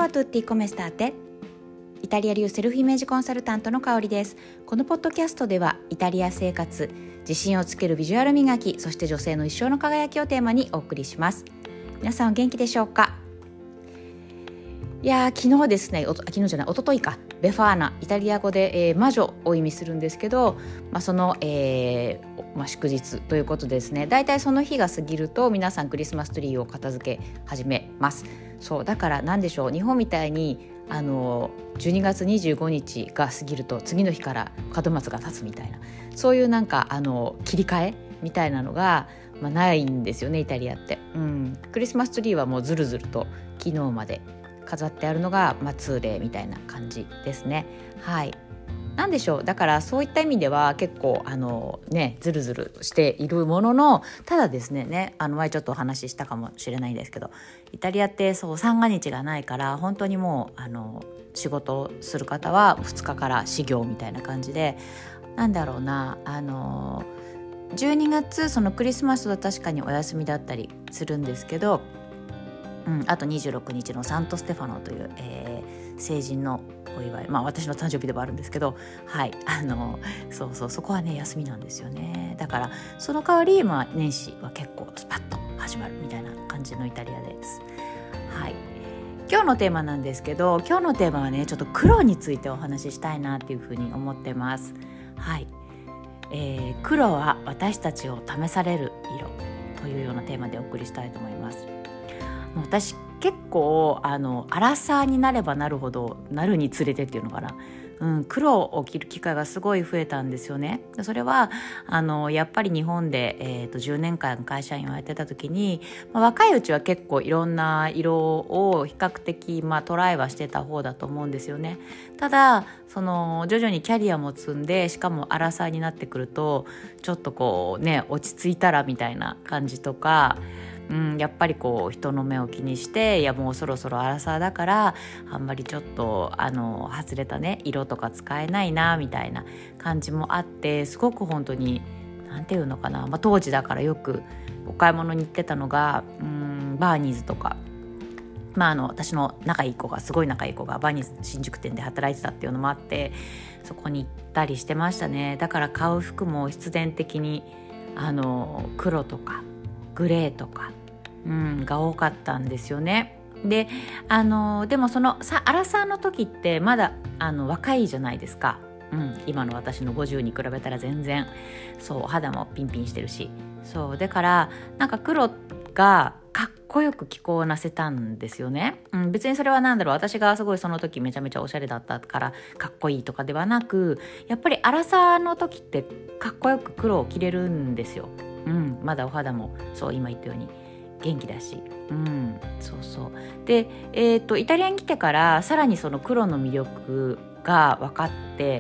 a tutti, come state? イタリア流セルフイメージコンサルタントの香りです。このポッドキャストではイタリア生活、自信をつけるビジュアル磨き、そして女性の一生の輝きをテーマにお送りします。皆さんお元気でしょうか？いや昨日ですね、昨日じゃない、一昨日か、ベファーナ、イタリア語で、魔女を意味するんですけど、その、祝日ということでですね、だいたいその日が過ぎると皆さんクリスマスツリーを片付け始めます。そうだからなんでしょう、日本みたいに12月25日が過ぎると次の日から門松が立つみたいな、そういうなんか切り替えみたいなのが、ないんですよね、イタリアって。クリスマスツリーはもうずるずると昨日まで飾ってあるのが、通例みたいな感じですね。はい、なんでしょう、だからそういった意味では結構ずるずるしているものの、ただですね、前ちょっとお話ししたかもしれないんですけど、イタリアって三が日がないから、本当にもう仕事をする方は2日から始業みたいな感じで、なんだろうな、12月そのクリスマスは確かにお休みだったりするんですけど、あと26日のサントステファノという、成人のお祝い、私の誕生日ではあるんですけど、はい、そこはね休みなんですよね。だからその代わり、年始は結構スパッと始まるみたいな感じのイタリアです。はい、今日のテーマなんですけど、今日のテーマはね、ちょっと黒についてお話ししたいなっていうふうに思ってます。はい、黒は私たちを試される色というようなテーマでお送りしたいと思います。私結構アラサーになればなるほど、なるにつれてっていうのかな、黒を着る機会がすごい増えたんですよね。それはやっぱり日本で、10年間会社員をやってた時に、若いうちは結構いろんな色を比較的、トライはしてた方だと思うんですよね。ただ徐々にキャリアも積んで、しかもアラサーになってくると、ちょっとこうね、落ち着いたらみたいな感じとか、やっぱりこう人の目を気にして、いやもうそろそろアラサーだからあんまりちょっと外れたね色とか使えないなみたいな感じもあって、すごく本当になんていうのかな、当時だからよくお買い物に行ってたのがバーニーズとか、私のすごい仲いい子がバーニーズ新宿店で働いてたっていうのもあって、そこに行ったりしてましたね。だから買う服も必然的に黒とかグレーとかが多かったんですよね。ででもアラサーの時ってまだ若いじゃないですか。今の私の50に比べたら全然、そう肌もピンピンしてるし、そうだからなんか黒がかっこよく着こなせたんですよね。別にそれは私がすごいその時めちゃめちゃおしゃれだったからかっこいいとかではなく、やっぱりアラサーの時ってかっこよく黒を着れるんですよ。まだお肌もそう今言ったように元気だし、で、イタリアに来てからさらにその黒の魅力が分かって、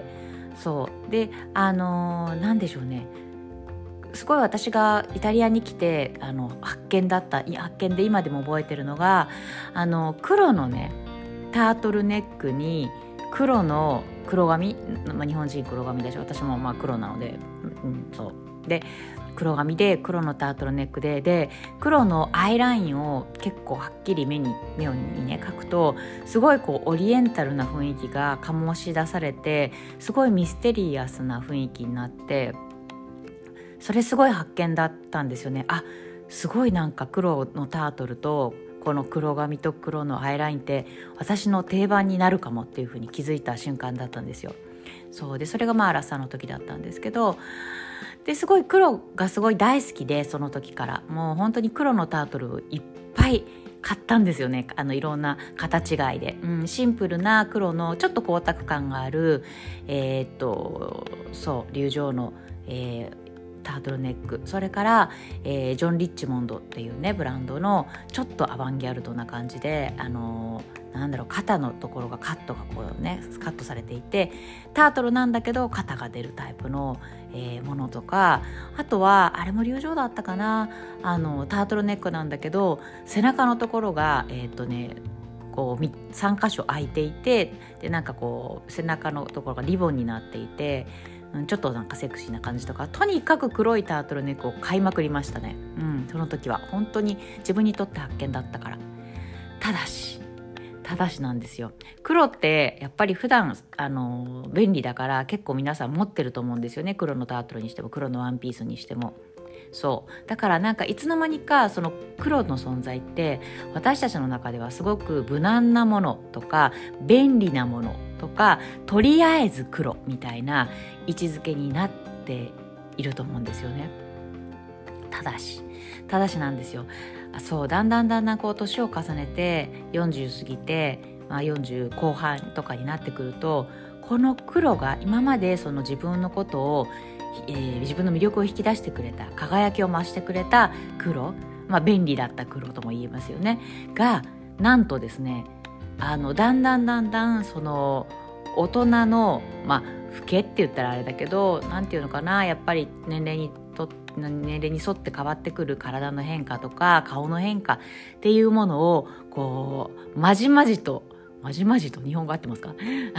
そうでなんでしょうね、すごい私がイタリアに来て発見で今でも覚えてるのが、黒のねタートルネックに黒の黒髪、日本人黒髪だし、私も黒なので、そうで黒髪で黒のタートルネックで黒のアイラインを結構はっきり目にね描くと、すごいこうオリエンタルな雰囲気が醸し出されて、すごいミステリアスな雰囲気になって、それすごい発見だったんですよね。すごいなんか黒のタートルとこの黒髪と黒のアイラインって私の定番になるかもっていう風に気づいた瞬間だったんですよ。そうで、それがアラサーの時だったんですけど、ですごい黒がすごい大好きで、その時からもう本当に黒のタートルをいっぱい買ったんですよね。いろんな形違いで、シンプルな黒のちょっと光沢感がある流状の、タートルネック、それから、ジョン・リッチモンドっていうねブランドのちょっとアバンギャルドな感じで、肩のところがカットされていて、タートルなんだけど肩が出るタイプの、ものとか、あとはあれも流状だったかな、タートルネックなんだけど背中のところがこう3箇所開いていて、で背中のところがリボンになっていて、ちょっとセクシーな感じとか、とにかく黒いタートルネックを買いまくりましたね。その時は本当に自分にとって発見だったから。ただしただしなんですよ。黒ってやっぱり普段便利だから結構皆さん持ってると思うんですよね。黒のタートルにしても黒のワンピースにしても。そうだからなんかいつの間にかその黒の存在って私たちの中ではすごく無難なものとか便利なものとかとりあえず黒みたいな位置づけになっていると思うんですよね。ただしなんですよ。そうだんだんこう年を重ねて40過ぎて、40後半とかになってくるとこの黒が今までその自分のことを自分の魅力を引き出してくれた輝きを増してくれた黒、便利だった黒とも言えますよねがなんとですねだんだんその大人の老けって言ったらあれだけどなんていうのかなやっぱり年齢に沿って変わってくる体の変化とか顔の変化っていうものをこうまじまじと日本語合ってますか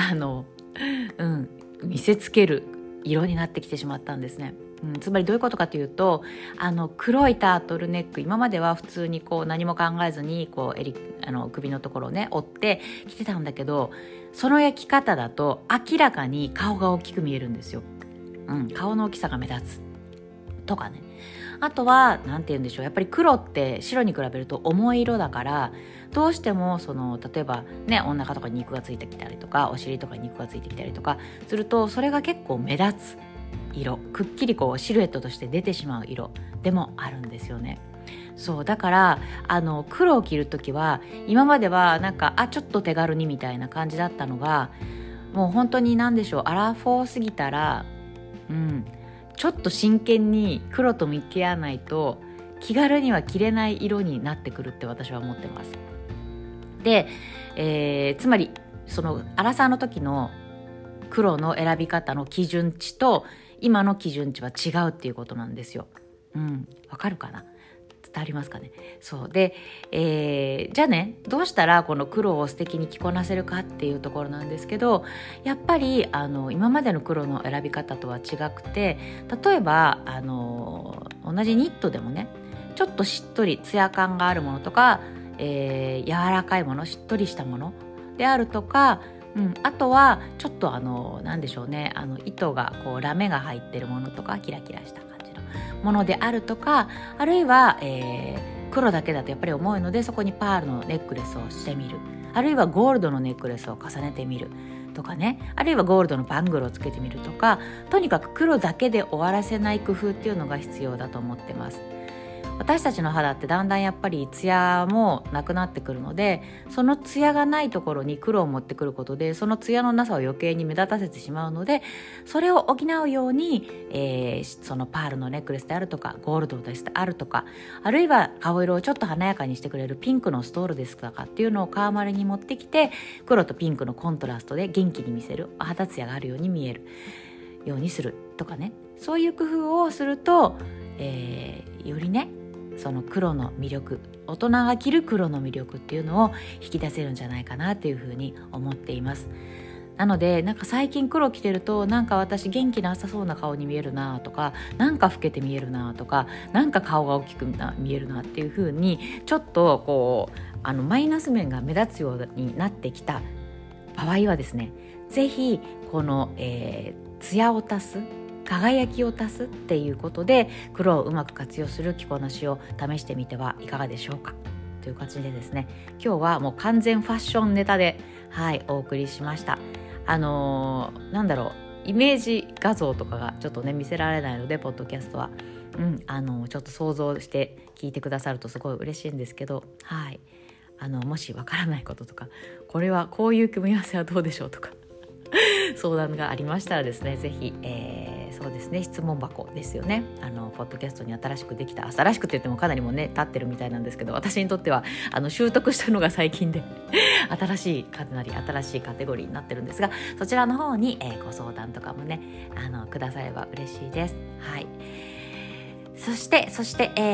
見せつける色になってきてしまったんですね。つまりどういうことかというと黒いタートルネック今までは普通にこう何も考えずにこう首のところをね折って着てたんだけどその焼き方だと明らかに顔が大きく見えるんですよ。顔の大きさが目立つとかね。あとはなんて言うんでしょうやっぱり黒って白に比べると重い色だからどうしても例えばねお腹とかに肉がついてきたりとかお尻とかに肉がついてきたりとかするとそれが結構目立つ色くっきりこうシルエットとして出てしまう色でもあるんですよね。そうだから黒を着るときは今まではなんかちょっと手軽にみたいな感じだったのがもう本当に何でしょうアラフォー過ぎたらちょっと真剣に黒と向き合わないと気軽には着れない色になってくるって私は思ってます。で、つまりそのアラサーの時の黒の選び方の基準値と今の基準値は違うっていうことなんですよ。わかるかな？伝わりますかね。そうで、じゃあねどうしたらこの黒を素敵に着こなせるかっていうところなんですけどやっぱり今までの黒の選び方とは違くて例えば同じニットでもねちょっとしっとりツヤ感があるものとか、柔らかいものしっとりしたものであるとか、あとはちょっとなんでしょうね糸がこうラメが入ってるものとかキラキラした感じのものであるとかあるいは、黒だけだとやっぱり重いのでそこにパールのネックレスをしてみるあるいはゴールドのネックレスを重ねてみるとかねあるいはゴールドのバングルをつけてみるとかとにかく黒だけで終わらせない工夫っていうのが必要だと思ってます。私たちの肌ってだんだんやっぱりツヤもなくなってくるのでそのツヤがないところに黒を持ってくることでそのツヤのなさを余計に目立たせてしまうのでそれを補うように、そのパールのネックレスであるとかゴールドであるとかあるいは顔色をちょっと華やかにしてくれるピンクのストールですとかっていうのを顔丸に持ってきて黒とピンクのコントラストで元気に見せる肌ツヤがあるように見えるようにするとかねそういう工夫をすると、よりねその黒の魅力大人が着る黒の魅力っていうのを引き出せるんじゃないかなというふうに思っています。なのでなんか最近黒着てるとなんか私元気なさそうな顔に見えるなとかなんか老けて見えるなとかなんか顔が大きく見えるなっていうふうにちょっとこうマイナス面が目立つようになってきた場合はですねぜひこの、ツヤを足す輝きを足すっていうことで黒をうまく活用する着こなしを試してみてはいかがでしょうかという感じでですね今日はもう完全ファッションネタでお送りしました。なんだろうイメージ画像とかがちょっとね見せられないのでポッドキャストは、ちょっと想像して聞いてくださるとすごい嬉しいんですけどもしわからないこととかこれはこういう組み合わせはどうでしょうとか相談がありましたらですねぜひ、そうですね質問箱ですよねポッドキャストに新しくできた新しくって言ってもかなりもね経ってるみたいなんですけど私にとっては習得したのが最近でかなり新しいカテゴリーになってるんですがそちらの方に、ご相談とかもねくだされば嬉しいです。そして、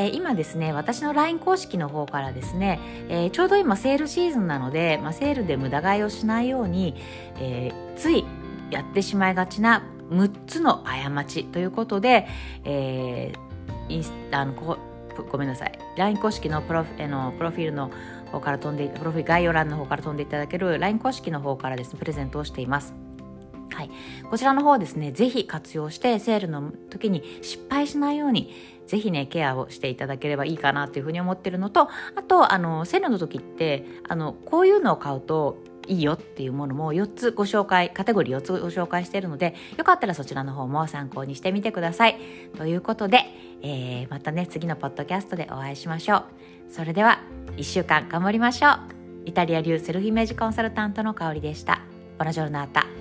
今ですね私の LINE 公式の方からですね、ちょうど今セールシーズンなので、セールで無駄買いをしないように、ついやってしまいがちな6つの過ちということで、 ごめんなさい LINE 公式のプロフィールの方からプロフィール概要欄の方から飛んでいただける LINE 公式の方からですねプレゼントをしています。はい、こちらの方ですねぜひ活用してセールの時に失敗しないようにぜひねケアをしていただければいいかなというふうに思ってるのと、あとセールの時ってこういうのを買うといいよっていうものも4つカテゴリー4つご紹介しているので、よかったらそちらの方も参考にしてみてください。ということで、またね次のポッドキャストでお会いしましょう。それでは1週間頑張りましょう。イタリア流セルフイメージコンサルタントの香りでした。ボナジョルナータ。